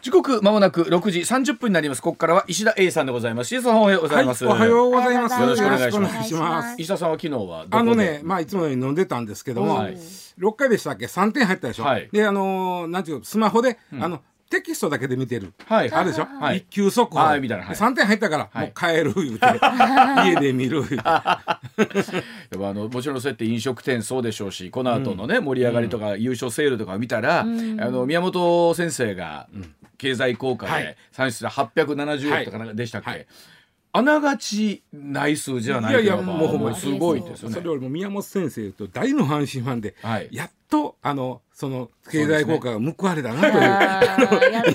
時刻まもなく6時30分になります。ここからは石田英さんでございます。石田さんおはようございます。 おはようございます。 よろしくお願いします。 よろしくお願いします。 石田さんは昨日はどこでいつもより飲んでたんですけども、6回でしたっけ、3点入ったでしょ。でなんていうスマホでテキストだけで見てる、あるでしょ、一級速報みたいな、3点入ったからもう帰る言うて、家で見る言うてもちろんそうやって飲食店そうでしょうし、この後のね盛り上がりとか優勝セールとかを見たら、宮本先生が経済効果で算出した870億とかでしたっけ、あながちない数字じゃないけど、もうすごいですよね。 それよりも宮本先生と大の阪神ファンで、やっとその経済効果が報われたなという、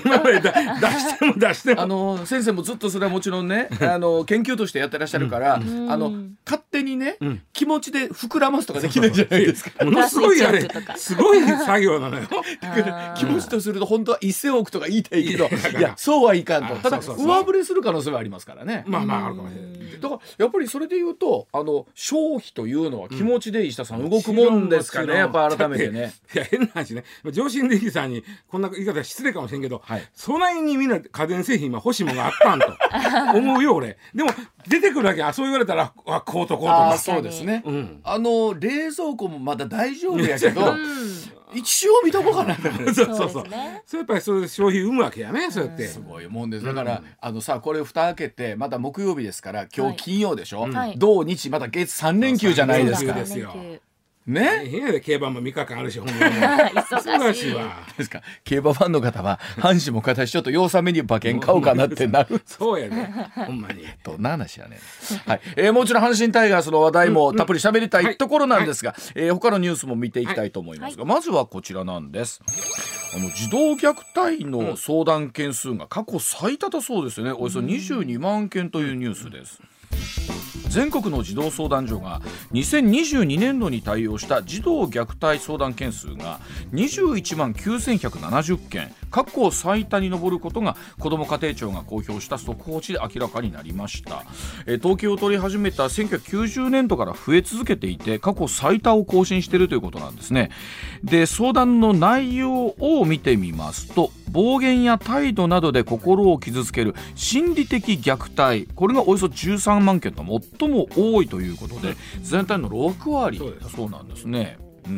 今まで出しても先生もずっとそれはもちろんね研究としてやってらっしゃるから、勝手にね、気持ちで膨らますとかできないじゃないですか。 ものすごいあれすごい作業なのよ。 だから気持ちとすると本当は1000億とか言いたいけど、いやそうはいかんと。ただ上振れする可能性はありますからね。 まああるかもしれない。 だからやっぱりそれで言うと消費というのは気持ちで石田さん動くもんですかね。やっぱ改めてね。 いや変な話ね、上心的さんにこんな言い方失礼かもしれんけど、そないにみんな家電製品今欲しいものがあったんと思うよ俺。でも出てくるだけそう言われたらこうとこうとか。 そうですね、冷蔵庫もまだ大丈夫やけど一応見とこうかな。 そうやっぱりそれで消費生むわけやね。そうやってすごいもんです。だからこれ蓋開けてまた木曜日ですから、今日金曜でしょ、土日また月3連休じゃないですか。ね、 部屋で競馬も3日間あるし、ほんまに忙しいわ。 ですか、競馬ファンの方は阪神も片しちょっと様子めに馬券買おうかなってなる。 そうやね、ほんまにどんな話やね。もちろん阪神タイガースの話題もたっぷり喋りたいところなんですが、他のニュースも見ていきたいと思いますが、まずはこちらなんです。児童虐待の相談件数が過去最多だそうですね。およそ22万件というニュースです。全国の児童相談所が2022年度に対応した児童虐待相談件数が21万9170件、過去最多に上ることが子ども家庭庁が公表した速報値で明らかになりました。統計を取り始めた1990年度から増え続けていて、過去最多を更新しているということなんですね。で、相談の内容を見てみますと、暴言や態度などで心を傷つける心理的虐待、これがおよそ13万件と最も多いということで、全体の6割だそうなんですね。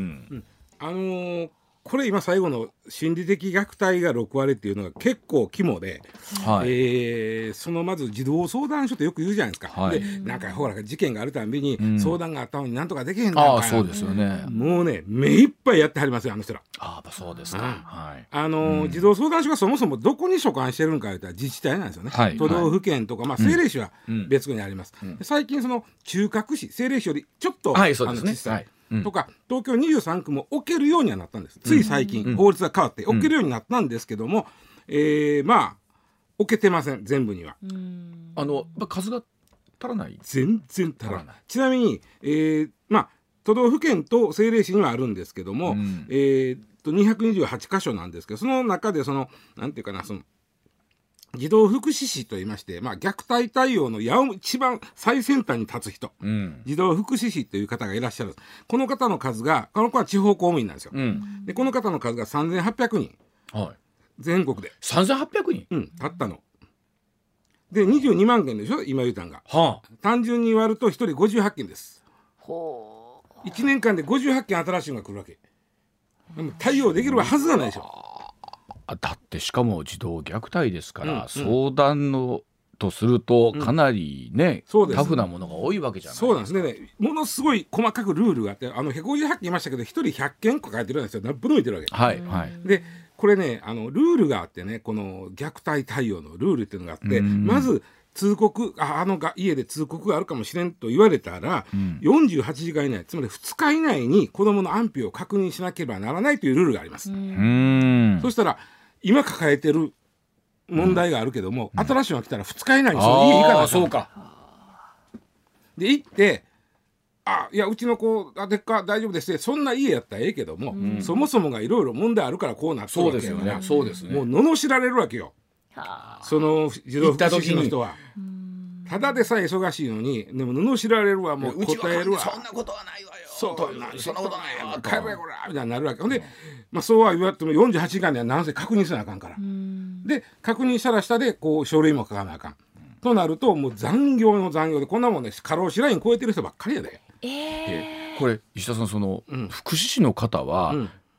これ今最後の心理的虐待が6割っていうのが結構肝で、そのまず児童相談所ってよく言うじゃないですか。でなんかほら事件があるたんびに、相談があったのになんとかできへんのかな。 そうですよね。 もうね目いっぱいやってはりますよ、あの人ら。 そうですか。 児童相談所がそもそもどこに所管してるのかというと自治体なんですよね。都道府県とか、政令市は別にあります。最近その中核市、政令市よりちょっと小さいとか東京23区も置けるようにはなったんです。つい最近法律が変わって置けるようになったんですけども、置けてません、全部には。 数が足らない。 全然足らない。ちなみに都道府県と政令市にはあるんですけども、228箇所なんですけど、その中でなんていうかな、児童福祉士といいまして、虐待対応の一番最先端に立つ人、児童福祉士という方がいらっしゃる。この方の数が、この子は地方公務員なんですよ。でこの方の数が3800人、全国で 3800人、 たったので22万件でしょ、今言うたんが。単純に割ると1人58件です。1年間で58件新しいのが来るわけ。でも対応できるはずがないでしょ。 だってしかも児童虐待ですから、相談のとするとかなりね、タフなものが多いわけじゃないですか。 そうなんですね。ものすごい細かくルールがあって、158件いましたけど1人100件書いてるんですよ。何分もいてるわけ。でこれね、ルールがあってね、この虐待対応のルールっていうのがあって、まず通告、家で通告があるかもしれんと言われたら、48時間以内、つまり2日以内に子どもの安否を確認しなければならないというルールがあります。そしたら今抱えてる問題があるけども、新しいのが来たら2日以内にその家行かないと。 そうか。 で行って、いやうちの子でっか大丈夫ですって、そんな家やったらええけども、そもそもがいろいろ問題あるからこうなってるわけやから、 そうですね。 もう罵られるわけよ。その児童福祉士の人はただでさえ忙しいのに、でも罵られるわ、もう答えるわ。 そんなことはないわよ。 そんなことないよ帰れこらみたいになるわけほんで、そうは言われても48時間ではなんせ確認せなあかんからで確認したら下でこう書類も書かなあかんとなるともう残業の残業でこんなもんね過労死ライン超えてる人ばっかりやで。 これ石田さんその、福祉士の方は、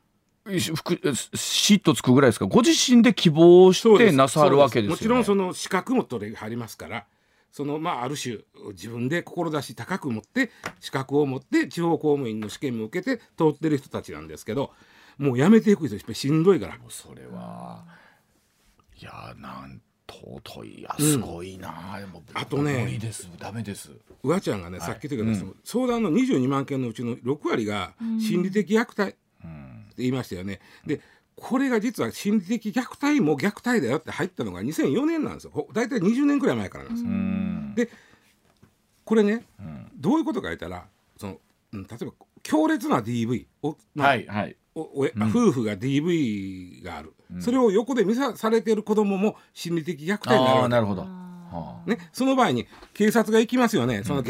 シートつくぐらいですかご自身で希望してなさるわけですよね。 もちろんその資格も取れはりますからそのある種自分で志高く持って資格を持って地方公務員の試験も受けて通ってる人たちなんですけどもう辞めていく人しんどいからそれはいやなん尊いやすごいな、でもあとね無理ですダメです。 うわちゃんがね、さっき言ったけど、相談の22万件のうちの6割が心理的虐待って言いましたよね。でこれが実は心理的虐待も虐待だよって入ったのが2004年なんですよ。だいたい20年くらい前からなんですよ。でこれね、どういうことか言ったらその、例えば強烈な DV を、夫婦が DV がある、それを横で見されている子供も心理的虐待になるわけ。 なるほど、 ね、その場合に警察が行きますよね。その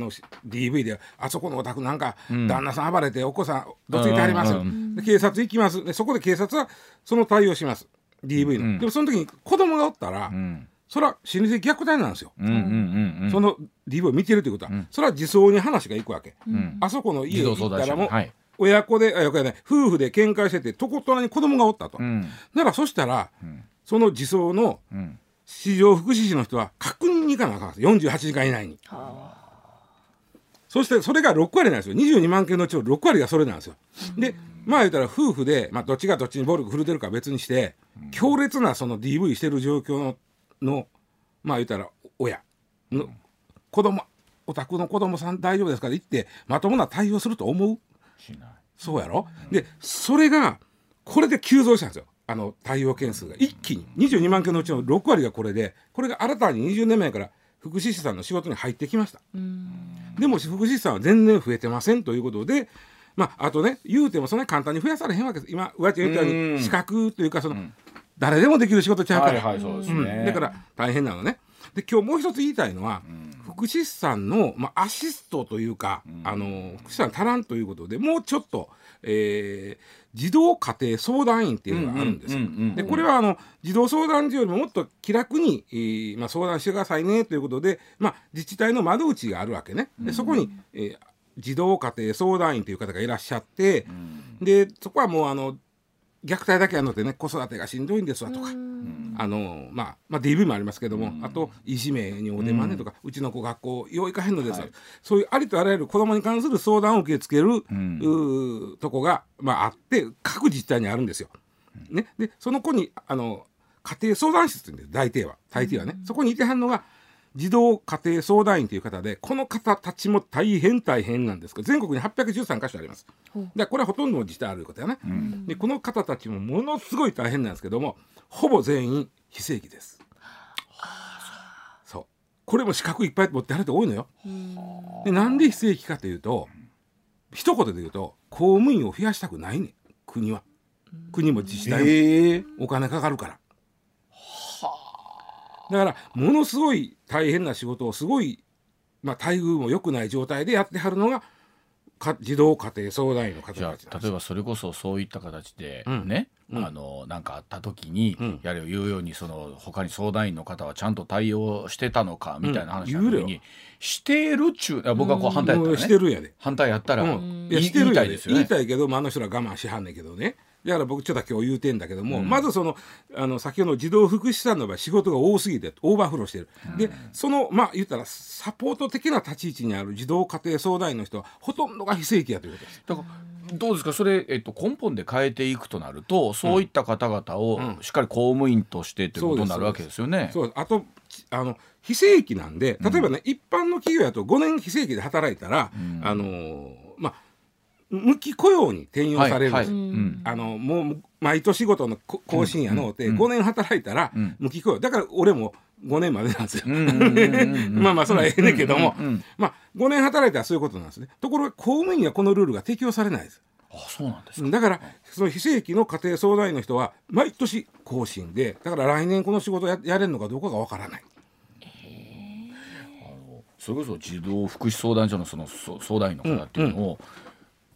DV であそこのお宅なんか旦那さん暴れてお子さんどついてあります、で警察行きます。でそこで警察はその対応します DV の、でもその時に子供がおったら、それは心理的虐待なんですよ、その DV を見てるということは、それは児相に話が行くわけ、あそこの家に行ったらもう、親子で夫婦で喧嘩しててとことなに子供がおったと、ならそしたら、その児相の市場福祉士の人は確認に行かなあかんです48時間以内に、そしてそれが6割なんですよ。22万件のうちの6割がそれなんですよ。で言ったら夫婦で、どっちがどっちに暴力振るってるか別にして、強烈なその DV してる状況の言ったら親の子供お宅の子供さん大丈夫ですかって言ってまともな対応すると思う？しない。そうやろ、でそれがこれで急増したんですよ。対応件数が一気に22万件のうちの6割がこれで、これが新たに20年前から福祉士さんの仕事に入ってきました。でも福祉士さんは全然増えてませんということで、あとね言うてもそんなに簡単に増やされへんわけです。今上地が言ったように資格というかその、誰でもできる仕事ちゃうから、 そうですね、 だから大変なのね。で今日もう一つ言いたいのは、福祉士さんの、アシストというか、福祉士さん足らんということでもうちょっと、児童家庭相談員っていうのがあるんですよ。でこれは児童相談所よりももっと気楽に、相談してくださいねということで、自治体の窓口があるわけね。でそこに、児童家庭相談員という方がいらっしゃって、でそこはもう虐待だけはのってね子育てがしんどいんですわとか、DV もありますけども、あといじめにお出まねとか、うちの子学校よう行かへんのですわ、そういうありとあらゆる子どもに関する相談を受け付ける、とこが、あって各自治体にあるんですよ。ね、でその子に家庭相談室って言うんです大抵はね、そこにいてはんのが児童家庭相談員という方で、この方たちも大変なんですけど全国に813カ所あります。でこれはほとんどの自治体あることやね、でこの方たちもものすごい大変なんですけども、ほぼ全員非正規です。そうこれも資格いっぱい持ってはる人多いのよ。でなんで非正規かというと、一言で言うと公務員を増やしたくないね国は。国も自治体もお金かかるから。だからものすごい大変な仕事をすごい、待遇も良くない状態でやってはるのが児童家庭相談員の方たちなんです。 じゃあ例えばそれこそそういった形でね、なんかあった時に、やれ言うようにその他に相談員の方はちゃんと対応してたのかみたいな話の時に、してるっちゅう僕はこう反対やったらね、 してるんやで反対やったら、 してるんやで言いたいけど、あの人ら我慢しはんねんけどね。だから僕ちょっと今日言うてんだけども、まず先ほどの児童福祉士さんの場合仕事が多すぎてオーバーフローしてる、でその言ったらサポート的な立ち位置にある児童家庭相談員の人はほとんどが非正規やということです。 だからどうですかそれ、根本で変えていくとなると、そういった方々をしっかり公務員としてということになるわけですよね。 そうあと非正規なんで、例えばね、一般の企業だと5年非正規で働いたら、無期雇用に転用されるんです。もう毎年ごとの更新やのって5年働いたら無期雇用だから、俺も5年までなんですよ。それはええねんけども、5年働いたらそういうことなんですね。ところが公務員にはこのルールが適用されないです。 そうなんですか。 だからその非正規の家庭相談員の人は毎年更新で、だから来年この仕事 やれるのかどうかがわからない。 それこそ児童福祉相談所のその相談員の方っていうのを、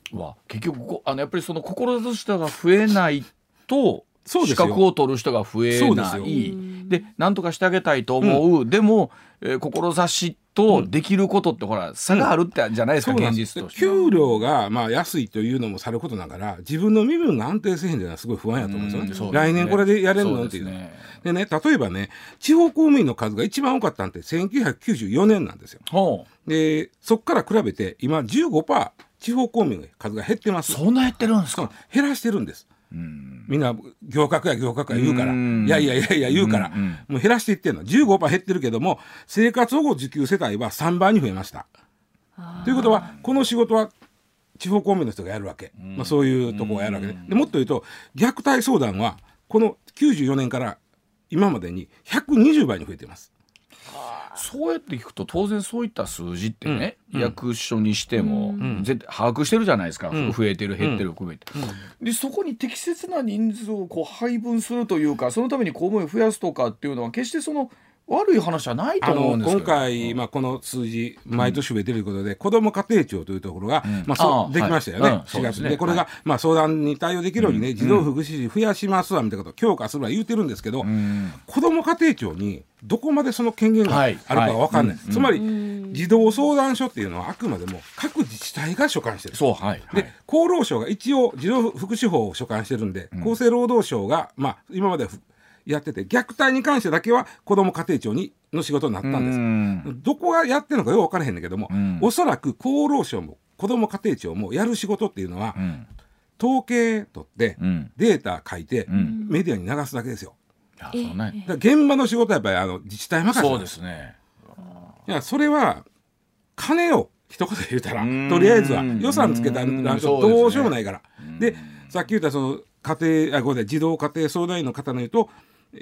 結局やっぱりその志したが増えないと資格を取る人が増えない。で何とかしてあげたいと思う、でも、志とできることってほら差があるってじゃないですか、現実として。 給料が安いというのもさることながら、自分の身分が安定せへんというのはすごい不安やと思うんですよね。来年これでやれるのっていうのでね、例えばね、地方公務員の数が一番多かったんって1994年なんですよ。でそこから比べて今 15% 地方公務員の数が減ってます。 そんな減ってるんですか。 減らしてるんです。みんな行革や言うからいや言うから、もう減らしていってるの。 15% 減ってるけども、生活保護受給世帯は3倍に増えました。ということはこの仕事は地方公務員の人がやるわけ、そういうとこがやるわけで、もっと言うと虐待相談はこの94年から今までに120倍に増えています。 そうやっていくと当然そういった数字ってね、役所にしても絶対把握してるじゃないですか、増えてる減ってる含めて、でそこに適切な人数を配分するというか、そのために公務員を増やすとかっていうのは決してその悪い話はないと思うんですけど、 今回、この数字毎年増えてるということで、子ども家庭庁というところが、そうできましたよね、4月で。これが、相談に対応できるようにね、児童福祉士増やしますわみたいなことを強化するは言うてるんですけど、子ども家庭庁にどこまでその権限があるかが分かんない、つまり児童相談所っていうのはあくまでも各自治体が所管してる。で厚労省が一応児童福祉法を所管してるんで、厚生労働省が、今までやってて、虐待に関してだけは子ども家庭庁の仕事になったんです。どこがやってるのかよく分からへんねんけども、おそらく厚労省も子ども家庭庁もやる仕事っていうのは、統計取ってデータ書いてメディアに流すだけですよ。だから現場の仕事はやっぱり自治体任せなんです。 そうですね。 いやそれは金を一言で言うたら、とりあえずは予算つけたらどうしようもないから。でさっき言ったその児童家庭相談員の方の言うと、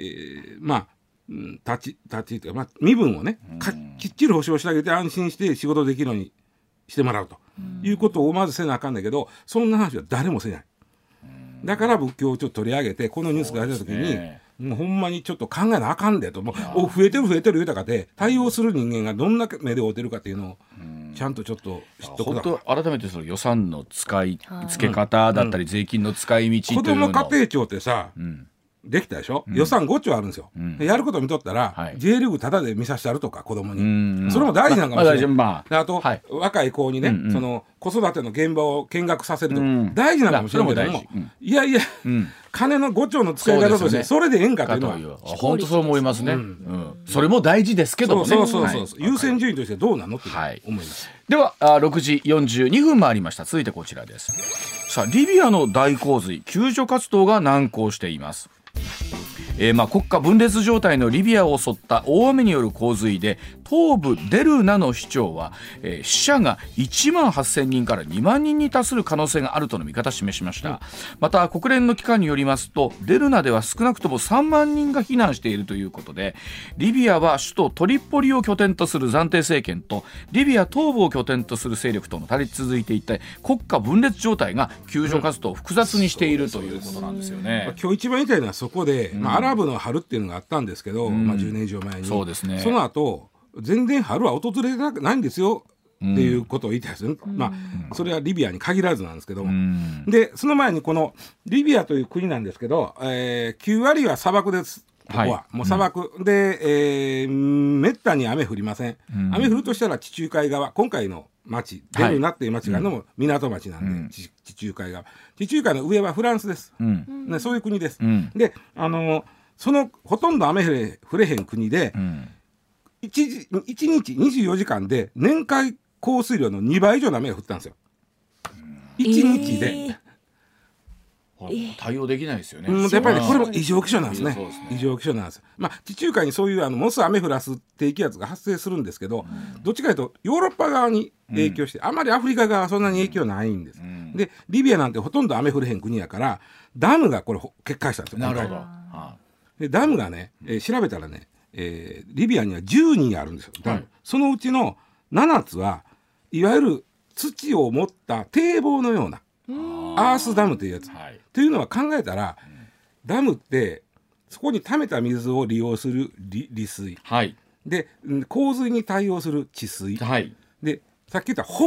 立ちというか、身分をね、きっちり保障してあげて安心して仕事できるようにしてもらうということをまずせなあかんだけど、そんな話は誰もせない。だから僕今日ちょっと取り上げて、このニュースが出た時に、もうほんまにちょっと考えなあかんでと、増えてる言うたかで対応する人間がどんな目で追ってるかっていうのをちゃんとちょっと知っとくだから。 改めてその予算の使い付け方だったり、税金の使い道子ども家庭庁ってさ、できたでしょ、予算5兆あるんですよ、やること見とったら、J リーグタダで見させてあるとか子供に、それも大事なのかもしれない、あと、若い子にね、その子育ての現場を見学させるとか、大事なのかもしれないけども、いや金の5兆の使い方としてそれでええんかというのは本当そう思いますね、それも大事ですけどもね、 優先順位としてどうなのって思います。 では6時42分回りました。続いてこちらです。さあリビアの大洪水、救助活動が難航しています。国家分裂状態のリビアを襲った大雨による洪水で、東部デルナの市長は、死者が1万8000人から2万人に達する可能性があるとの見方を示しました。また国連の機関によりますと、デルナでは少なくとも3万人が避難しているということで、リビアは首都トリポリを拠点とする暫定政権とリビア東部を拠点とする勢力との対立続いていて、国家分裂状態が救助活動を複雑にしているということなんですよね。 今日一番言いたいのはそこで、アラブの春っていうのがあったんですけど、10年以上前に、 そうですね、 その後全然春は訪れないんですよっていうことを言いたいですね。それはリビアに限らずなんですけども、でその前にこのリビアという国なんですけど、9割は砂漠です。ここはもう砂漠で、めったに雨降りません。雨降るとしたら地中海側、今回の町デルナっていう町がの港町なんで、地中海側、地中海の上はフランスです、そういう国です、でそのほとんど雨降れへん国で、1日24時間で年間降水量の2倍以上の雨が降ったんですよ、1日で。 対応できないですよね。 やっぱり、これも異常気象なんですね。異常気象なんです。地中海にそういうものすごい雨降らす低気圧が発生するんですけど、どっちかというとヨーロッパ側に影響して、あまりアフリカ側はそんなに影響ないんです、でリビアなんてほとんど雨降れへん国やから、ダムがこれ決壊したんですよ。 なるほど。 でダムがね、調べたらね、リビアには10人あるんですよ、ダム。そのうちの7つはいわゆる土を持った堤防のようなアースダムというやつ、というのは考えたら、ダムってそこに溜めた水を利用する利水、で洪水に対応する治水、でさっき言ったほぼ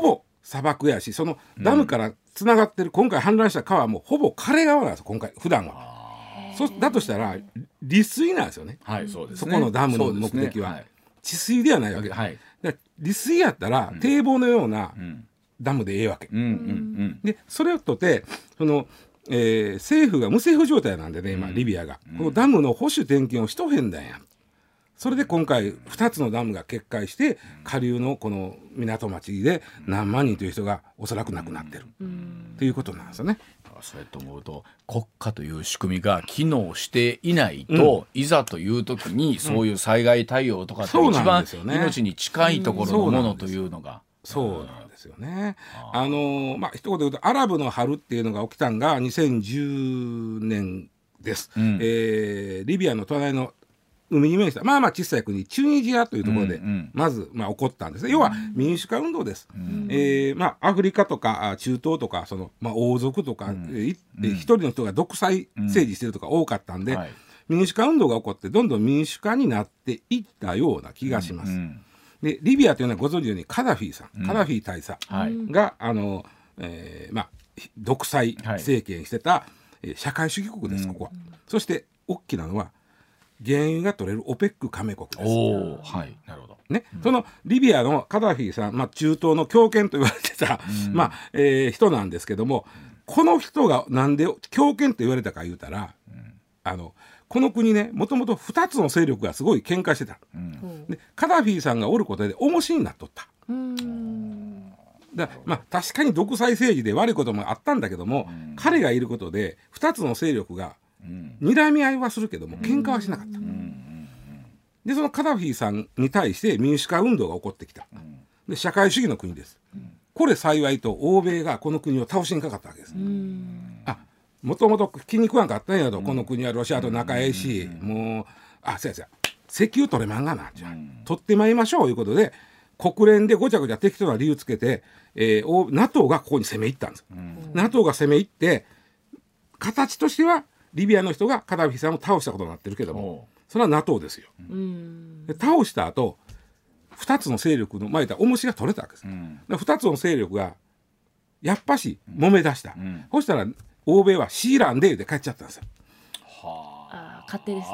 砂漠やし、そのダムからつながってる今回氾濫した川はもうほぼ枯れ川なんですよ今回普段は。だとしたら利水なんですよね、 はい、そうですね、 そこのダムの目的は、はい、治水ではないわけ、はい、だ利水やったら、堤防のようなダムでええわけ、でそれとてその、政府が無政府状態なんでね今リビアが、このダムの保守点検をしとへんだんや。それで今回2つのダムが決壊して下流のこの港町で何万人という人がおそらく亡くなってるということなんですよね。 そうやと思うと国家という仕組みが機能していないと、いざという時にそういう災害対応とかって一番命に近いところのものというのが、 そうなんですよね。一言で言うとアラブの春っていうのが起きたのが2010年です、リビアの隣の海に面した小さい国チュニジアというところでまず起こったんですね。要は民主化運動です、アフリカとか中東とか王族とか、一人の人が独裁政治してるとか多かったんで、民主化運動が起こってどんどん民主化になっていったような気がします、でリビアというのはご存知のようにカダフィさん、カダフィ大佐が、独裁政権してた、社会主義国です、ここは。そして大きなのは原油が取れるオペック加盟国です。 はい、なるほどね、そのリビアのカダフィさん、中東の強権と言われてた、人なんですけども、この人がなんで強権と言われたか言うたら、この国ねもともと2つの勢力がすごい喧嘩してた、でカダフィさんがおることで重しになっとった。確かに独裁政治で悪いこともあったんだけども、彼がいることで2つの勢力が睨み合いはするけども喧嘩はしなかった、でそのカダフィさんに対して民主化運動が起こってきた、で社会主義の国です、これ幸いと欧米がこの国を倒しにかかったわけです。もともと気に食わんかったんやと、この国はロシアと仲ええし、もうそうや石油取れまんがな、じゃあ取ってまいりましょうということで国連でごちゃごちゃ適当な理由つけて、NATO がここに攻め入ったんです、NATO が攻め入って形としてはリビアの人がカダフィさんを倒したことになってるけども、それは NATO ですよ、で倒した後2つの勢力の前で重しが取れたわけです、2つの勢力がやっぱし揉め出した、そしたら欧米はシーランで帰っちゃったんですよ。 勝手ですね。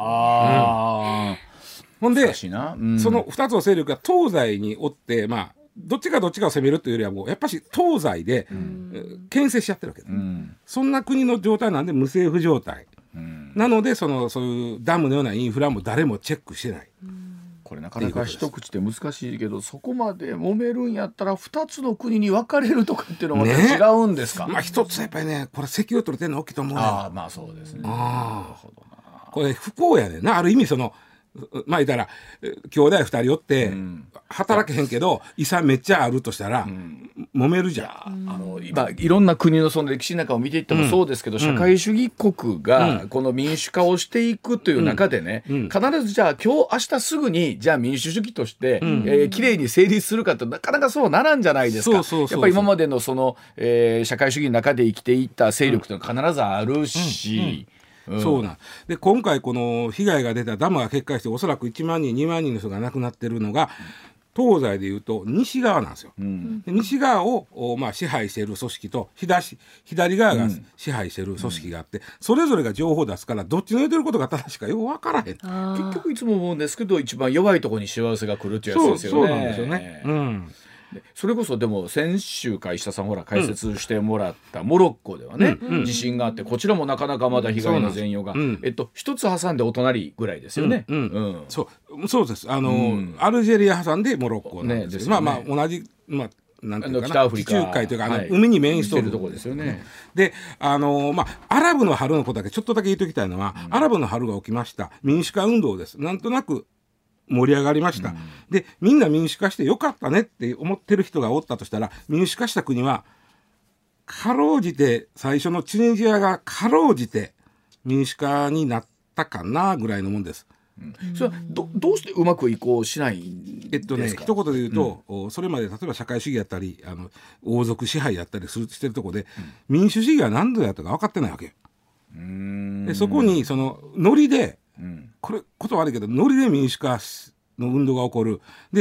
ほんで、その2つの勢力が東西におって、どっちが攻めるというよりはもうやっぱし東西で牽制しちゃってるわけです、そんな国の状態なんで無政府状態、なのでそういうダムのようなインフラも誰もチェックしてない、 これなかなか一口で難しいけど、そこまで揉めるんやったら2つの国に分かれるとかっていうのはまた違うんですか。 一つやっぱりね、これ石油取れてるの大きいと思うね。 そうですね。 なるほどな。これ不幸やねんな、ある意味言ったら兄弟2人おって、働けへんけど遺産めっちゃあるとしたら、揉めるじゃん。 今いろんな国のその歴史の中を見ていってもそうですけど、社会主義国がこの民主化をしていくという中でね、必ずじゃあ明日すぐにじゃあ民主主義としてきれいに成立するかとなかなかそうならんじゃないですか。やっぱり今までの社会主義の中で生きていった勢力というのは必ずあるし、 そうなんで、今回この被害が出たダムが決壊しておそらく1万人2万人の人が亡くなってるのが東西でいうと西側なんですよ、で西側を支配している組織と左側が支配している組織があって、それぞれが情報を出すからどっちの言ってることが正しいかよく分からへん。結局いつも思うんですけど、一番弱いところに幸せが来るっていうやつですよね。 そうなんですよね、 それこそでも先週石田さん解説してもらったモロッコではね、地震があってこちらもなかなかまだ被害の全容が、一つ挟んでお隣ぐらいですよね。 そうです。アルジェリア挟んでモロッコなんですけど、同じなんていうかな、 北アフリカ地中海というか、海に面しているところですよね。 でアラブの春のことだけちょっとだけ言っておきたいのは、アラブの春が起きました。民主化運動です。なんとなく盛り上がりました、でみんな民主化してよかったねって思ってる人がおったとしたら、民主化した国はかろうじて最初のチュニジアがかろうじて民主化になったかなぐらいのもんです。 それはどうしてうまく移行しないんですか。 一言で言うと、それまで例えば社会主義やったり王族支配やったりしてるところで、民主主義は何度やったか分かってないわけ。でそこにノリで、これこと悪いけどノリで民主化の運動が起こる。で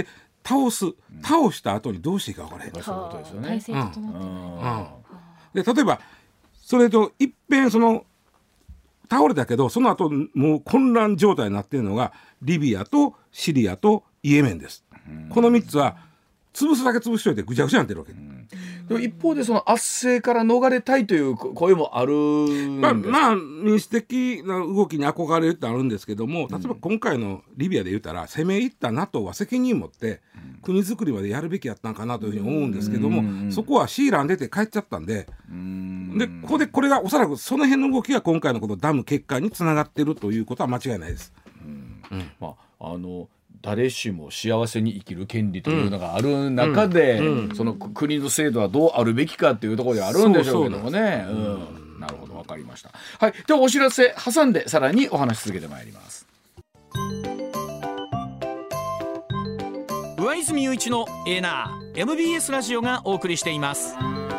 倒した後にどうしていいか分からへん。 そういうことですよね。 体制整ってない、 で例えばそれと一遍その倒れたけどその後もう混乱状態になっているのがリビアとシリアとイエメンです。この3つは潰すだけ潰しといてぐちゃぐちゃになってるわけ。 でも一方でその圧政から逃れたいという声もあるんです。 まあ民主的な動きに憧れるってあるんですけども、例えば今回のリビアで言ったら攻め入った NATO は責任持って国づくりまでやるべきやったんかなというふうに思うんですけども、そこはシーラン出て帰っちゃったんで、でここでこれがおそらくその辺の動きが今回のこのダム決壊につながっているということは間違いないです。 まあ誰しも幸せに生きる権利というのがある中で、その国の制度はどうあるべきかっていうところであるんでしょうけどもね。なるほど、わかりました。はい、ではお知らせ挟んでさらにお話し続けてまいります。 上泉雄一のエーナー MBS ラジオがお送りしています。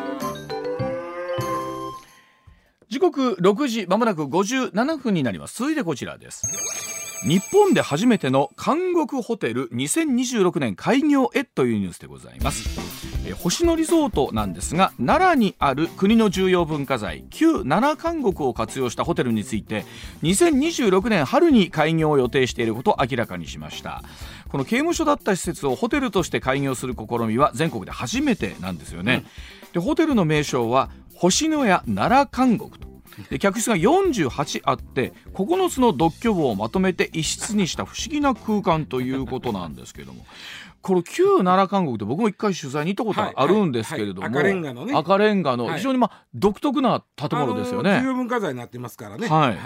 時刻6時まもなく57分になります。続いてこちらです。日本で初めての監獄ホテル2026年開業へというニュースでございます。星野リゾートなんですが、奈良にある国の重要文化財旧奈良監獄を活用したホテルについて2026年春に開業を予定していることを明らかにしました。この刑務所だった施設をホテルとして開業する試みは全国で初めてなんですよね。でホテルの名称は星野屋奈良監獄と、で客室が48あって9つの独居房をまとめて一室にした不思議な空間ということなんですけどもこれ旧奈良監獄って僕も一回取材に行ったことがあるんですけれども、 赤レンガのね、 赤レンガの非常に独特な建物ですよね。 重要文化財になってますからね。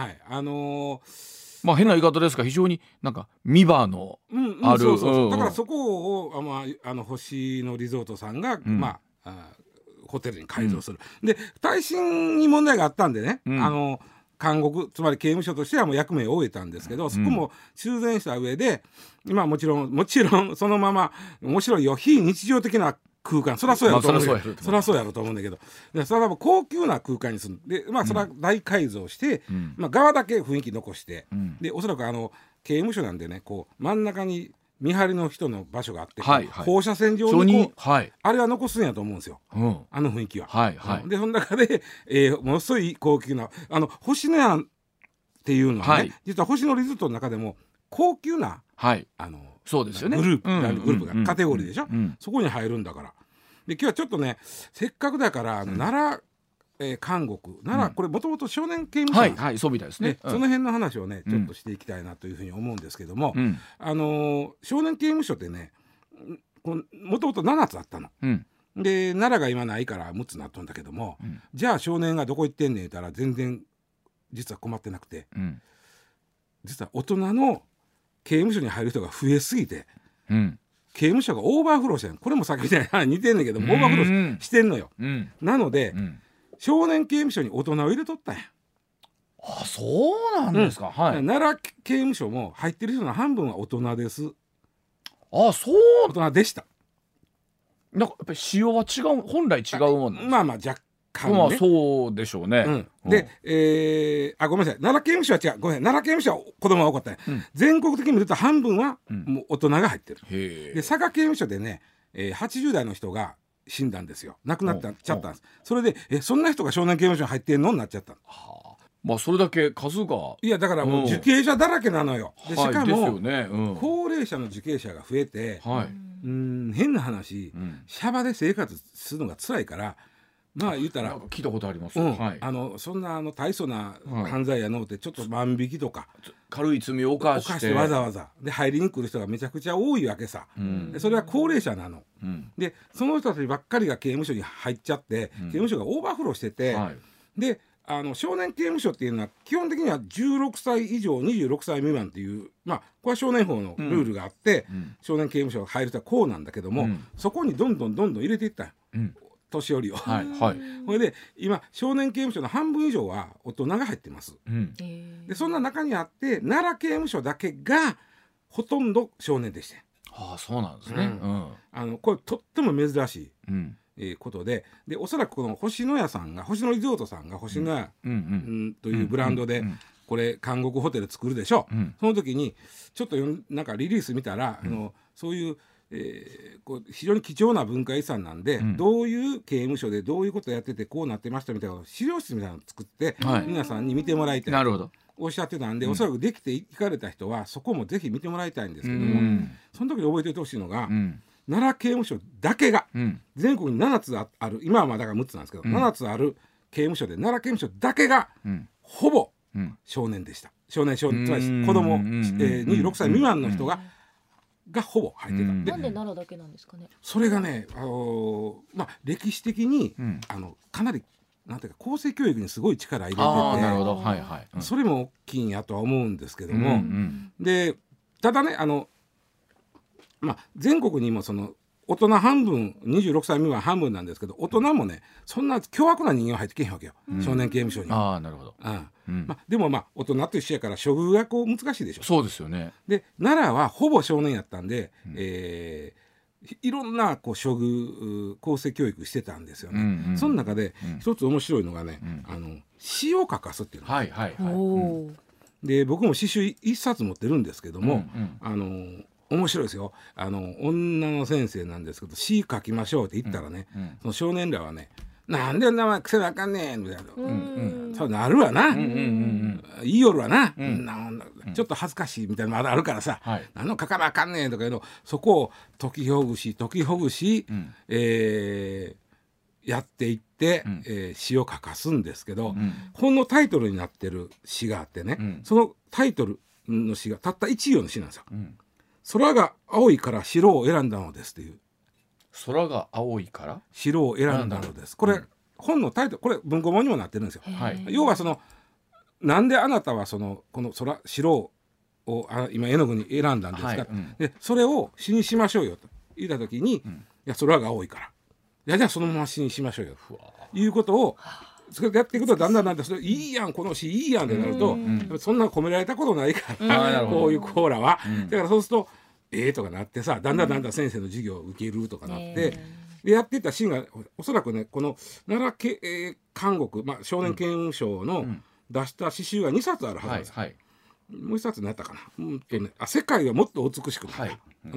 まあ変な言い方ですが非常になんかミバのある、 だからそこを星野リゾートさんが、ホテルに改造する、で耐震に問題があったんでね、監獄つまり刑務所としてはもう役目を終えたんですけど、そこも修繕した上で今もちろんそのまま面白いよ非日常的な空間、そりゃそうやろと思うんだけど、そりゃそうやろと思うんだけど、それは高級な空間にするで、それは大改造して、側だけ雰囲気残して、でおそらく刑務所なんでね、こう真ん中に見張りの人の場所があって、放射線状にあれは残すんやと思うんですよ、あの雰囲気は。でその中で、ものすごい高級な星野屋っていうのはね、実は星野リゾートの中でも高級な、 そうですよね、 グループがカテゴリーでしょ、そこに入るんだから。で今日はちょっとねせっかくだから奈良監獄奈良、これもともと少年刑務所、 そうみたいですね。 その辺の話をねちょっとしていきたいなというふうに思うんですけども、少年刑務所ってねもともと7つあったの、で奈良が今ないから6つになっとんだけども、じゃあ少年がどこ行ってんねん言ったら全然実は困ってなくて、実は大人の刑務所に入る人が増えすぎて、刑務所がオーバーフローしてん。これもさっきみたいに似てんねんけどオーバーフローしてんのよ、なので、少年刑務所に大人を入れとったんや。 そうなんですか。 奈良刑務所も入ってる人の半分は大人です。 大人でした。 なんかやっぱり仕様は違う、本来違うもんなんですか。 若干ね、 そうでしょうね。 で、ごめんなさい、奈良刑務所は違う、ごめん、奈良刑務所は子供が多かったね、全国的に見ると半分はもう大人が入ってる。で佐賀刑務所でね、80代の人が死んだんですよ。亡くなっちゃったんです。それでそんな人が少年刑務所に入ってんのになっちゃった。 それだけ数が、 いやだからもう受刑者だらけなのよ。でしかも、高齢者の受刑者が増えて、変な話、シャバで生活するのが辛いから、言ったら聞いたことあります。 そんな大層な犯罪やのってちょっと万引きとか軽い罪を犯してわざわざで入りに来る人がめちゃくちゃ多いわけさ、でそれは高齢者なの、でその人たちばっかりが刑務所に入っちゃって、刑務所がオーバーフローしてて、で少年刑務所っていうのは基本的には16歳以上26歳未満っていう、これは少年法のルールがあって、少年刑務所が入る人はこうなんだけども、そこにどんどん入れていったよ、年寄りを。それで今少年刑務所の半分以上は大人が入ってます。でそんな中にあって奈良刑務所だけがほとんど少年でして、 そうなんですね。 これとっても珍しいことで、おそらくこの星野屋さんが、星野リゾートさんが星野屋というブランドでこれ監獄ホテル作るでしょ、その時にちょっとなんかリリース見たら、そういうこう非常に貴重な文化遺産なんで、どういう刑務所でどういうことをやっててこうなってましたみたいな資料室みたいなのを作って、皆さんに見てもらいたい。 なるほど。 おっしゃってたんで、おそらくできていかれた人はそこもぜひ見てもらいたいんですけども、その時に覚えておいてほしいのが、奈良刑務所だけが、全国に7つある、今はまだ6つなんですけど、7つある刑務所で奈良刑務所だけが、ほぼ少年でした。少年つまり子供、26歳未満の人がほぼ入ってた。 なんで奈良だけなんですかね。 それがね、歴史的に、かなりなんていうか公正教育にすごい力入れてて、 なるほど、 それも大きいんやとは思うんですけども、でただね全国にもその大人半分26歳未満半分なんですけど、大人もねそんな凶悪な人間は入ってけへんわけよ、少年刑務所に。 なるほど。 でも大人と一緒やから処遇がこう難しいでしょ。 そうですよね。 で奈良はほぼ少年やったんで、いろんなこう処遇公正教育してたんですよね。その中で一つ面白いのがね、詩を書かすっていうの。で僕も詩集一冊持ってるんですけども、面白いですよ。女の先生なんですけど、詩書きましょうって言ったらね、その少年らはね、なんで名前癖なあかんねんみたいな、そうなるわな、言いよるわな、ちょっと恥ずかしいみたいなのもあるからさ、何の書かなあかんねんとかいうの、そこを解きほぐしやっていって、詩を書かすんですけど、本のタイトルになってる詩があってね、そのタイトルの詩がたった1行の詩なんですよ。空が青いから白を選んだのですっていう。 空が青いから白を選んだのです。これ、本のタイトル、これ文庫本にもなってるんですよ。要はそのなんであなたはこの白を今絵の具に選んだんですか、でそれを詩にしましょうよと言った時に、いや空が青いから、じゃあそのまま詩にしましょうよということをそれでやっていくと、だんだんそれいいやんこの詩いいやんってなると、そんな込められたことないから、こういうコーラは、だからそうするととかなってさ、だんだん先生の授業を受けるとかなって、でやっていったシーンがおそらくね、この奈良監獄、少年刑務所の出した詩集が2冊あるはずなんです、もう1冊何やったかな、世界はもっと美しくなった、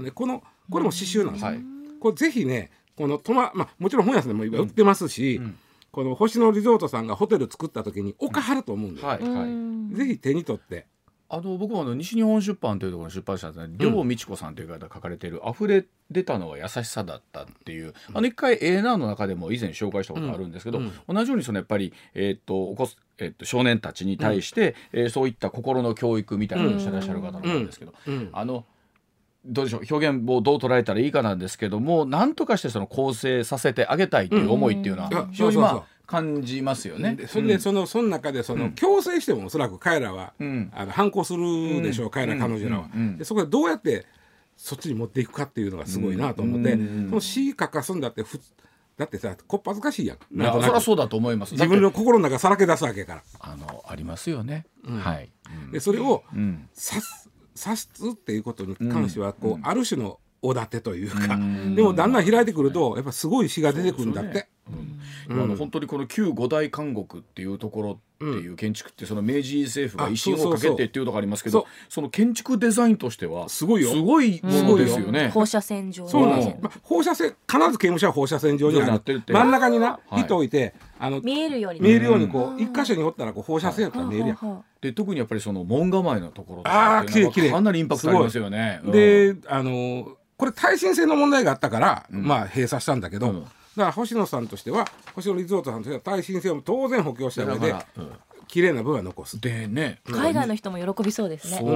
これも詩集なんです、これぜひね、このもちろん本屋さんでも今売ってますし、この星野リゾートさんがホテル作った時に岡はると思うんで、ぜひ手に取って。 僕も西日本出版というところの出版社ですね、両美智子さんという方が書かれている溢れ出たのは優しさだったっていう、一回の中でも以前紹介したことあるんですけど、同じようにやっぱり、少年たちに対して、そういった心の教育みたいなのをしてらっしゃる方なんですけど、どうでしょう、表現をどう捉えたらいいかなんですけども、なんとかして構成させてあげたいという思いっていうのは非常に感じますよね。 それでその中で強制してもおそらく彼らは反抗するでしょう、彼女らは。でそこでどうやってそっちに持っていくかっていうのがすごいなと思って、その詩書かすんだってだってさ、こっぱずかしいやん。 そりゃそうだと思います。 自分の心の中さらけ出すわけから。 ありますよね。 でそれを指すっていうことに関してはある種のおだてというか、でもだんだん開いてくるとやっぱすごい詩が出てくるんだって。 本当にこの旧五大監獄っていうところっていう建築って、その明治政府が威信をかけてっていうところありますけど、その建築デザインとしてはすごいものですよね。 放射線状。 そうなんです。放射線、必ず刑務所は放射線状になってるって、真ん中に糸置いて見えるように一箇所におったら放射線やったら見えるやん。 で特にやっぱりその門構えのところとかっていうのはかなりインパクトありますよね。 でこれ耐震性の問題があったから閉鎖したんだけど、だから星野さんとしては、星野リゾートさんとしては耐震性を当然補強した上で綺麗な部分は残すでね、 海外の人も喜びそうですね。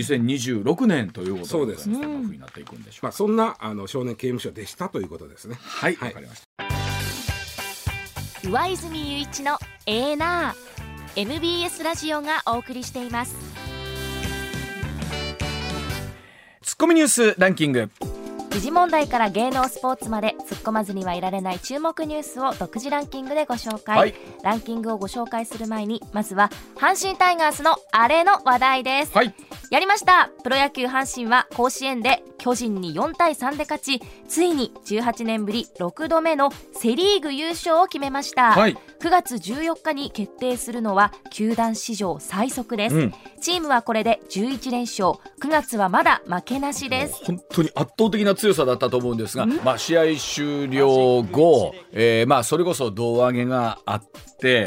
2026年ということでそうです。 どういうふうになっていくんでしょう。 そんな少年刑務所でしたということですね。 はい、わかりました。 上泉雄一のエーナー MBS ラジオがお送りしています。 ツッコミニュースランキング。 時事問題から芸能スポーツまで突っ込まずにはいられない注目ニュースを独自ランキングでご紹介、ランキングをご紹介する前に、まずは阪神タイガースのあれの話題です。 やりました。プロ野球阪神は甲子園で巨人に4対3で勝ち、ついに18年ぶり6度目のセリーグ優勝を決めました、 はい、 9月14日に決定するのは球団史上最速です、チームはこれで11連勝、9月はまだ負けなしです。 本当に圧倒的な強さだったと思うんですが、試合終了後、それこそ胴上げがあって、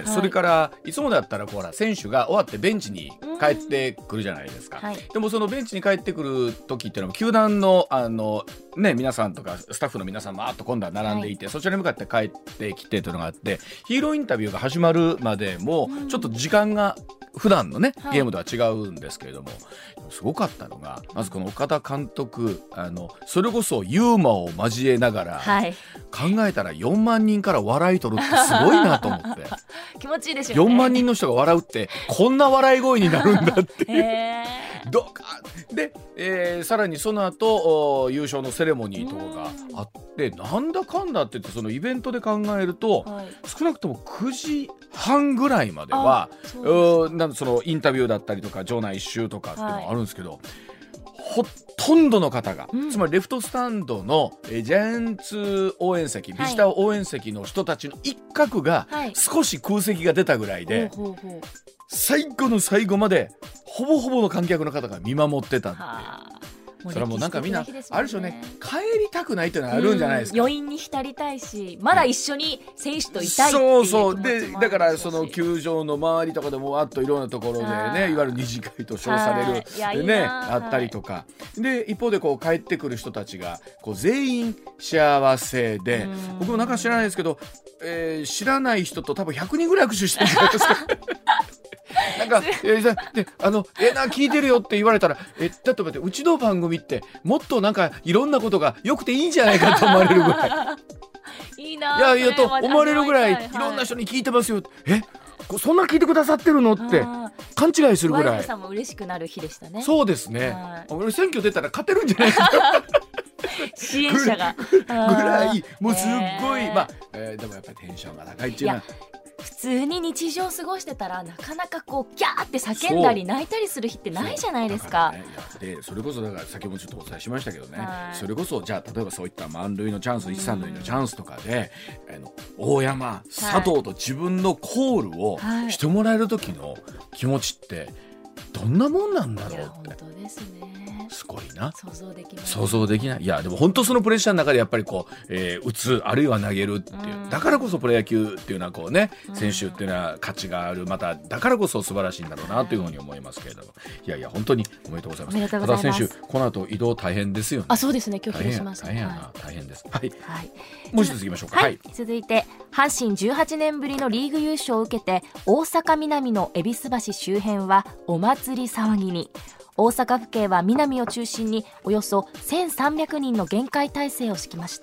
それからいつもだったら選手が終わってベンチに帰ってくるじゃないですか、でもそのベンチに帰ってくる時っていうのは球団の皆さんとかスタッフの皆さんもあと今度は並んでいて、そちらに向かって帰ってきてというのがあって、ヒーローインタビューが始まるまでもちょっと時間が普段のねゲームとは違うんですけれども、すごかったのがまずこの岡田監督、それこそユーモアを交えながら、考えたら4万人から笑い取るってすごいなと思って気持ちいいでしょうね。 4万人の人が笑うってこんな笑い声になるんだってどうかで、さらにその後優勝のセレモニーとかがあって、なんだかんだって言ってそのイベントで考えると、少なくとも9時半ぐらいまではそのインタビューだったりとか場内一周とかっていうのがあるんですけど、ほとんどの方が、つまりレフトスタンドのジャイアンツ応援席、ビジター応援席の人たちの一角が少し空席が出たぐらいで、最後の最後までほぼほぼの観客の方が見守ってたっていう。それはもうなんかみんなあるでしょうね、帰りたくないっていうのはあるんじゃないですか。 余韻に浸りたいし、まだ一緒に選手といたいっていう気持ちもあるでしょうし、 でだからその球場の周りとかでもわっといろんなところでね、いわゆる二次会と称されるねあったりとかで、一方で帰ってくる人たちが全員幸せで、僕もなんか知らないですけど、知らない人と多分100人ぐらい握手してるんじゃないですかなんか聞いてるよって言われたら、だって待って、うちの番組ってもっとなんかいろんなことが良くていいんじゃないかと思われるぐらいいいな、 いやと思われるぐらいいろんな人に聞いてますよ、そんな聞いてくださってるのって勘違いするぐらい。 ワイドさんも嬉しくなる日でしたね。 そうですね、俺選挙出たら勝てるんじゃないですか支援者がぐらいもうすっごい、でもやっぱりテンションが高いっていうのは、 普通に日常過ごしてたらなかなかギャーって叫んだり泣いたりする日ってないじゃないですか。 でそれこそだから先ほどちょっとお伝えしましたけどね、それこそじゃあ例えばそういった満塁のチャンス、一三塁のチャンスとかで、大山、佐藤と自分のコールをしてもらえる時の気持ちってどんなもんなんだろうって。いや本当ですね、 すごいな、 想像できない。 いやでも本当そのプレッシャーの中でやっぱり打つあるいは投げるっていう、だからこそプロ野球っていうのは選手っていうのは価値がある、まただからこそ素晴らしいんだろうなというふうに思いますけれども、いや本当におめでとうございます。 多田選手この後移動大変ですよね。 そうですね、今日広島さん大変です。もう一ついきましょうか。 続いて阪神18年ぶりのリーグ優勝を受けて大阪南の戎橋周辺はお祭り騒ぎに。大阪府警は南を中心におよそ1300人の厳戒態勢を敷きました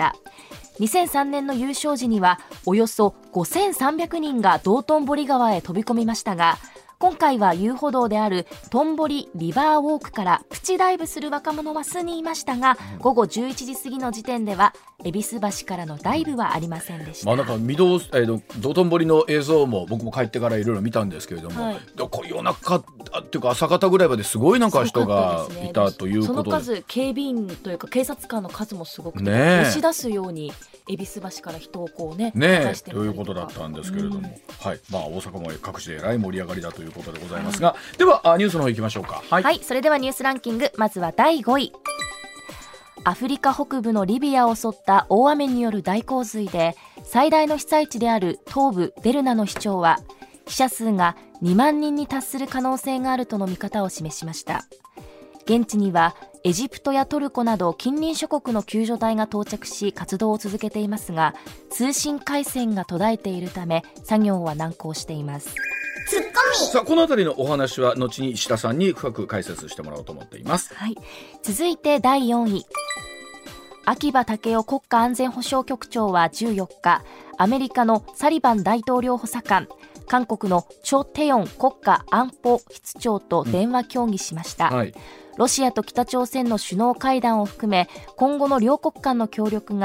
。2003年の優勝時にはおよそ5300人が道頓堀川へ飛び込みましたが、今回は遊歩道であるトンボリリバーウォークからプチダイブする若者は数人いましたが、午後11時過ぎの時点では戎橋からのダイブはありませんでした。 なんか道頓堀の映像も僕も帰ってからいろいろ見たんですけれども、夜中っていうか朝方ぐらいまですごいなんか人がいたということで、 その数、警備員というか警察官の数もすごくて、押し出すように戎橋から人をということだったんですけれども、大阪も各地でえらい盛り上がりだということでございますが、ではニュースの方行きましょうか。 それではニュースランキング、まずは第5位。アフリカ北部のリビアを襲った大雨による大洪水で最大の被災地である東部デルナの市長は、死者数が2万人に達する可能性があるとの見方を示しました。現地にはエジプトやトルコなど近隣諸国の救助隊が到着し活動を続けていますが、通信回線が途絶えているため作業は難航しています。 さあこのあたりのお話は後に石田さんに深く解説してもらおうと思っています。 続いて第4位。秋葉剛男国家安全保障局長は14日、アメリカのサリバン大統領補佐官、韓国のチョ・テヨン国家安保室長と電話協議しました。ロシアと北朝鮮の首脳会談を含め、今後の両国間の協力が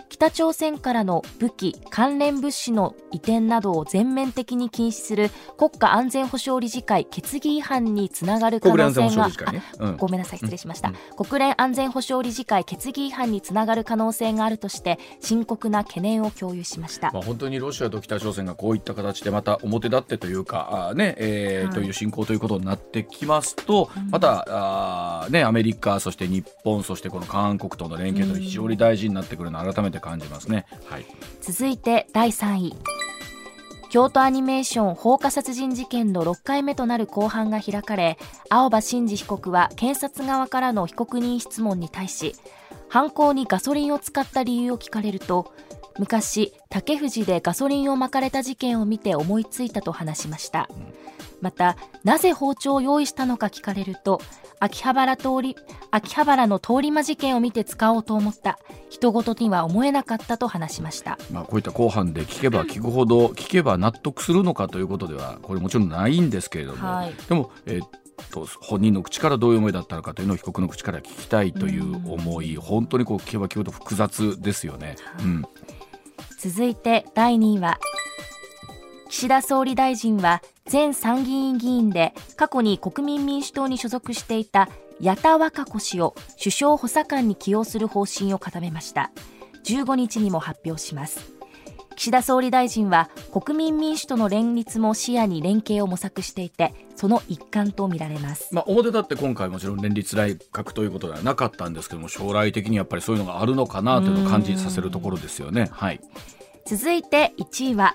北朝鮮からの武器関連物資の移転などを全面的に禁止する国家安全保障理事会決議違反につながる可能性が、ごめんなさい失礼しました、国連安全保障理事会決議違反につながる可能性があるとして深刻な懸念を共有しました。 本当にロシアと北朝鮮がこういった形でまた表立ってというかという侵攻ということになってきますと、またアメリカそして日本そしてこの韓国との連携と非常に大事になってくるのを改めて感じますね。 続いて第3位、京都アニメーション放火殺人事件の6回目となる公判が開かれ、青葉真司被告は検察側からの被告人質問に対し、犯行にガソリンを使った理由を聞かれると、昔竹藤でガソリンを撒かれた事件を見て思いついたと話しました。またなぜ包丁を用意したのか聞かれると、秋葉原の通り魔事件を見て使おうと思った、人事には思えなかったと話しました。 こういった公判で聞けば聞くほど聞けば納得するのかということではこれもちろんないんですけれども、でも、本人の口からどういう思いだったのかというのを被告の口から聞きたいという思い、本当に聞けば聞くほど複雑ですよね。 続いて第2位は、岸田総理大臣は前参議院議員で過去に国民民主党に所属していた矢田稚子氏を首相補佐官に起用する方針を固めました。15日にも発表します。岸田総理大臣は国民民主との連立も視野に連携を模索していて、その一環とみられます。 表立って今回もちろん連立内閣ということではなかったんですけども、将来的にやっぱりそういうのがあるのかなというのを感じさせるところですよね。 続いて1位は、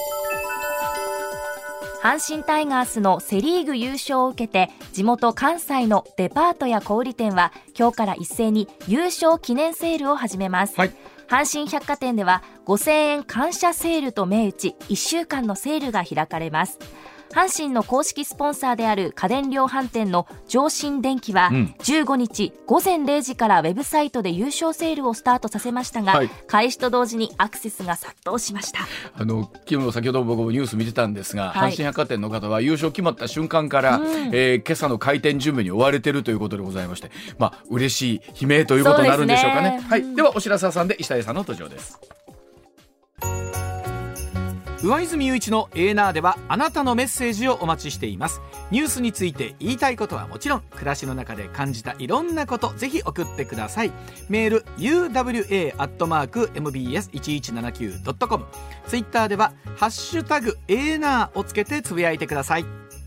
阪神タイガースのセリーグ優勝を受けて、地元関西のデパートや小売店は今日から一斉に優勝記念セールを始めます。阪神百貨店では5000円感謝セールと銘打ち、1週間のセールが開かれます。阪神の公式スポンサーである家電量販店の上信電機は、15日午前0時からウェブサイトで優勝セールをスタートさせましたが、開始と同時にアクセスが殺到しました。 先ほど僕もニュース見てたんですが、阪神百貨店の方は優勝決まった瞬間から、今朝の開店準備に追われているということでございまして、嬉しい悲鳴ということになるんでしょうかね。ではお知らせさんで石田さんの登場です。 上泉雄一のエーナーではあなたのメッセージをお待ちしています。ニュースについて言いたいことはもちろん、暮らしの中で感じたいろんなこと、ぜひ送ってください。メール uwa@mbs1179.com、 ツイッターではハッシュタグエーナーをつけてつぶやいてください。